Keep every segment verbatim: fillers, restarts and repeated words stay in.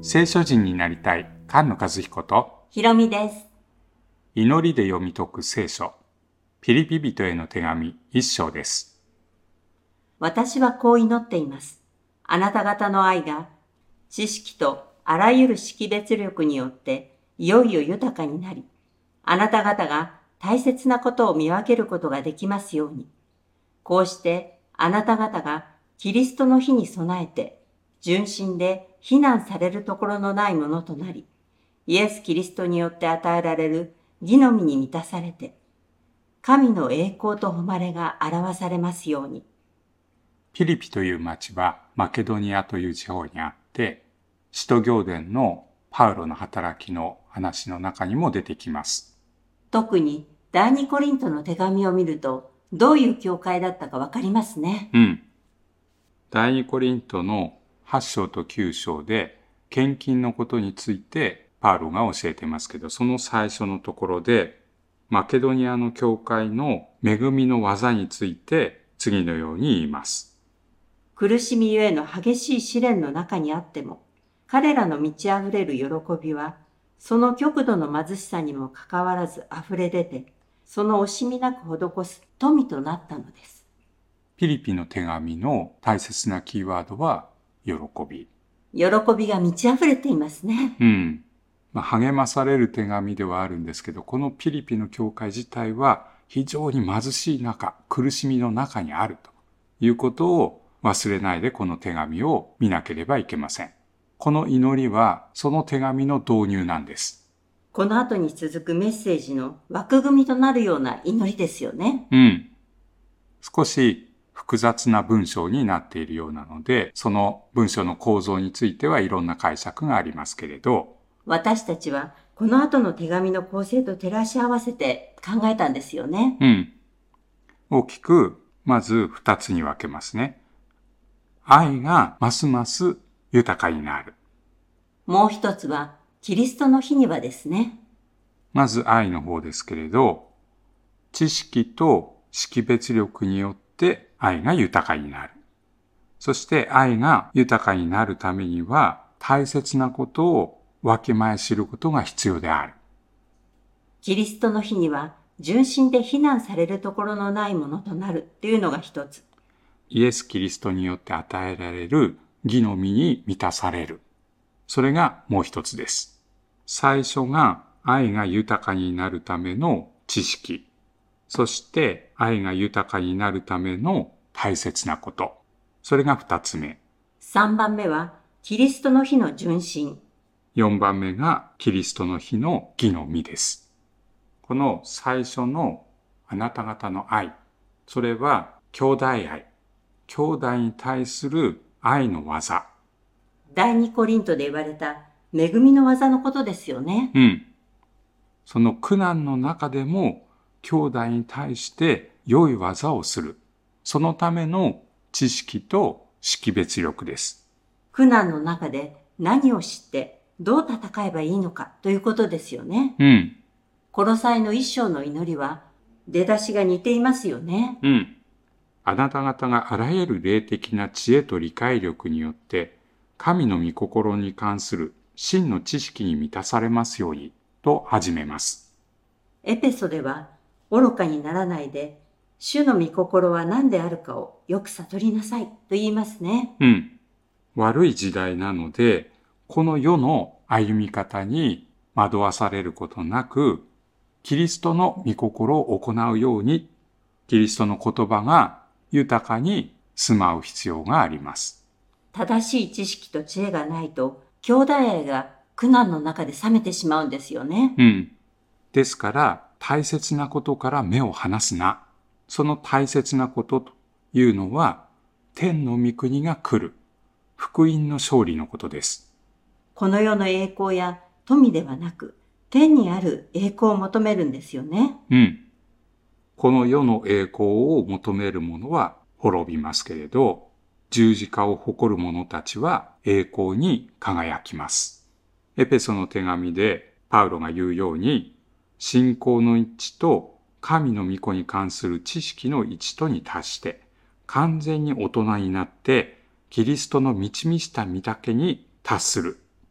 聖書人になりたい菅野和彦とひろみです。 祈りで読み解く聖書、ピリピ人への手紙一章です。 私はこう祈っています。あなた方の愛が知識とあらゆる識別力によっていよいよ豊かになり、あなた方が大切なことを見分けることができますように。こうしてあなた方がキリストの日に備えて純真で非難されるところのないものとなり、イエス・キリストによって与えられる義の実に満たされて、神の栄光と誉れが表されますように。 ピリピという町はマケドニアという地方にあって、使徒行伝のパウロの働きの話の中にも出てきます。 特に第二コリントの手紙を見ると、どういう教会だったかわかりますね。 うん。第二コリントのはち章ときゅう章で献金のことについてパウロが教えてますけど、その最初のところでマケドニアの教会の恵みの技について次のように言います。 苦しみゆえの激しい試練の中にあっても、彼らの満ち溢れる喜びは、その極度の貧しさにもかかわらず溢れ出て、その惜しみなく施す富となったのです。 ピリピの手紙の大切なキーワードは喜び。 喜びが満ち溢れていますね。 うん。まあ、励まされる手紙ではあるんですけど、このピリピの教会自体は非常に貧しい中、苦しみの中にあるということを忘れないでこの手紙を見なければいけません。この祈りはその手紙の導入なんです。 この後に続くメッセージの枠組みとなるような祈りですよね。 うん。少し複雑な文章になっているようなので、その文章の構造についてはいろんな解釈がありますけれど、 私たちはこの後の手紙の構成と照らし合わせて考えたんですよね。 うん。大きくまず二つに分けますね。愛がますます豊かになる。 もう一つはキリストの日にはですね。 まず愛の方ですけれど、知識と識別力によって愛が豊かになる。そして愛が豊かになるためには大切なことを分け前知ることが必要である。 キリストの日には純真で非難されるところのないものとなるというのが一つ。 イエス・キリストによって与えられる義の実に満たされる。それがもう一つです。最初が愛が豊かになるための知識。そして愛が豊かになるための大切なこと。それが二つ目。 三番目はキリストの日の純真。 四番目がキリストの日の義の実です。この最初のあなた方の愛。それは兄弟愛。兄弟に対する愛の技。 第二コリントで言われた恵みの技のことですよね。 うん。その苦難の中でも兄弟に対して良い技をする。そのための知識と識別力です。 苦難の中で何を知ってどう戦えばいいのかということですよね。 うん。 コロサイの一章の祈りは出だしが似ていますよね。 うん。あなた方があらゆる霊的な知恵と理解力によって神の御心に関する真の知識に満たされますようにと始めます。 エペソでは愚かにならないで主の御心は何であるかをよく悟りなさいと言いますね。 うん。悪い時代なので、この世の歩み方に惑わされることなく、キリストの御心を行うように、キリストの言葉が豊かに住まう必要があります。 正しい知識と知恵がないと、兄弟愛が苦難の中で冷めてしまうんですよね。 うん。ですから、大切なことから目を離すな。その大切なことというのは、天の御国が来る。福音の勝利のことです。 この世の栄光や富ではなく、天にある栄光を求めるんですよね。 うん。この世の栄光を求める者は滅びますけれど、十字架を誇る者たちは栄光に輝きます。エペソの手紙でパウロが言うように、信仰の一致と神の御子に関する知識の一致とに達して、完全に大人になって、キリストの満ち満ちた御丈に達する。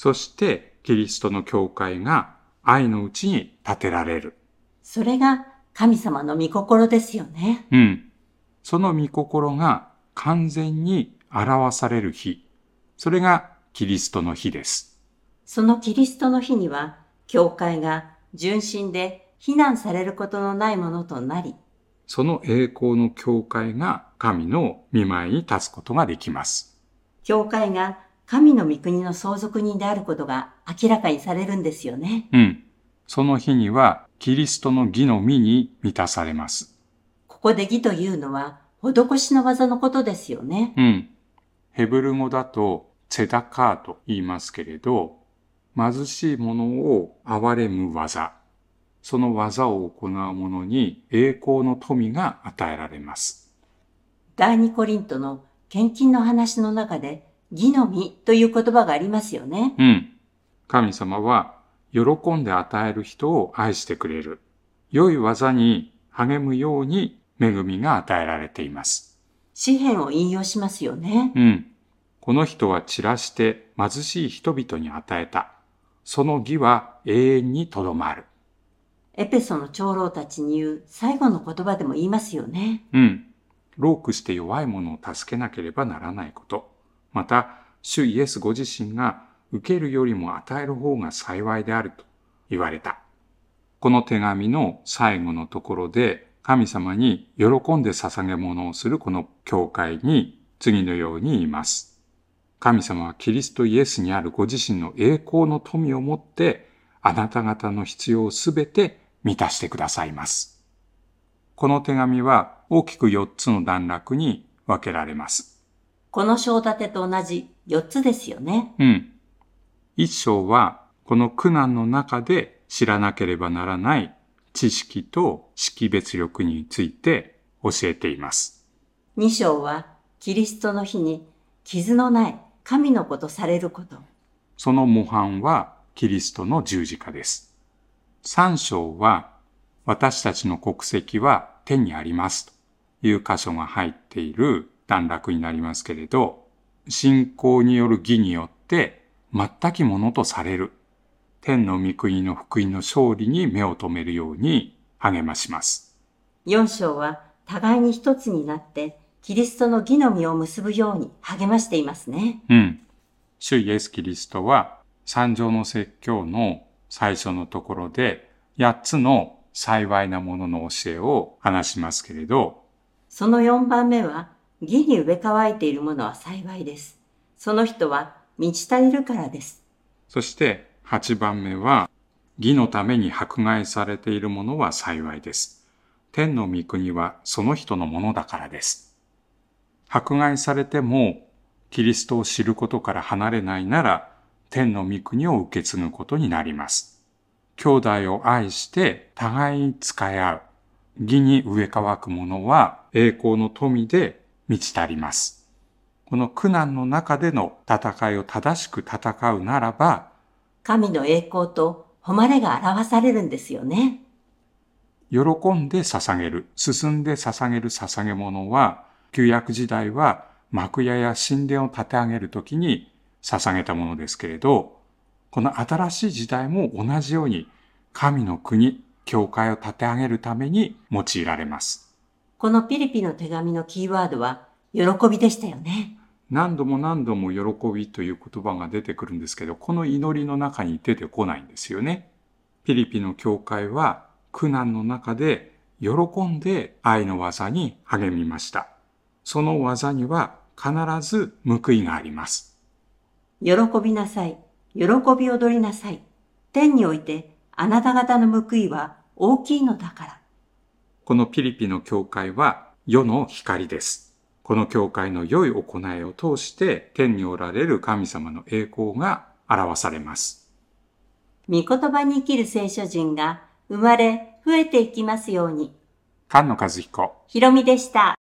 そしてキリストの教会が愛のうちに建てられる。 それが神様の御心ですよね。 うん。その御心が完全に表される日。それがキリストの日です。 そのキリストの日には、教会が純真で非難されることのないものとなり、 その栄光の教会が神の御前に立つことができます。 教会が神の御国の相続人であることが明らかにされるんですよね。 うん。その日にはキリストの義の実に満たされます。 ここで義というのは、施しの技のことですよね。 うん。ヘブル語だとツェダカーと言いますけれど、貧しい者を憐れむ技。その技を行う者に栄光の富が与えられます。 第二コリントの献金の話の中で、義の実という言葉がありますよね。 うん。神様は喜んで与える人を愛してくれる。良い技に励むように恵みが与えられています。 詩篇を引用しますよね。 うん。この人は散らして貧しい人々に与えた。その義は永遠にとどまる。 エペソの長老たちに言う最後の言葉でも言いますよね。 うん。労苦して弱い者を助けなければならないこと。また、主イエスご自身が受けるよりも与える方が幸いであると言われた。この手紙の最後のところで、神様に喜んで捧げ物をするこの教会に次のように言います。神様はキリストイエスにあるご自身の栄光の富をもって、あなた方の必要をすべて満たしてくださいます。この手紙は大きくよっつの段落に分けられます。 この章立てと同じよっつですよね。 うん。一章はこの苦難の中で知らなければならない知識と識別力について教えています。 二章はキリストの日に傷のない神の子とされること。 その模範はキリストの十字架です。三章は私たちの国籍は天にありますという箇所が入っている段落になりますけれど、信仰による義によって全きものとされる天の御国の福音の勝利に目を留めるように励まします。 四章は互いに一つになってキリストの義の実を結ぶように励ましていますね。 うん。主イエスキリストは三条の説教の最初のところで八つの幸いなものの教えを話しますけれど、 その四番目は義に植え替えているものは幸いです。その人は満ち足りるからです。 そして八番目は義のために迫害されているものは幸いです。天の御国はその人のものだからです。迫害されてもキリストを知ることから離れないなら天の御国を受け継ぐことになります。兄弟を愛して互いに仕え合う。義に植え替くものは栄光の富で満ち足ります。この苦難の中での戦いを正しく戦うならば、 神の栄光と誉れが表されるんですよね。 喜んで捧げる、進んで捧げる捧げ物は、旧約時代は幕屋や神殿を建て上げるときに捧げたものですけれど、この新しい時代も同じように神の国、教会を建て上げるために用いられます。 このピリピの手紙のキーワードは喜びでしたよね。 何度も何度も喜びという言葉が出てくるんですけど、この祈りの中に出てこないんですよね。ピリピの教会は苦難の中で喜んで愛の技に励みました。その技には必ず報いがあります。 喜びなさい。喜び踊りなさい。天においてあなた方の報いは大きいのだから。 このピリピの教会は世の光です。この教会の良い行いを通して天におられる神様の栄光が表されます。 御言葉に生きる聖書人が生まれ増えていきますように。 菅野和彦、 ひろみでした。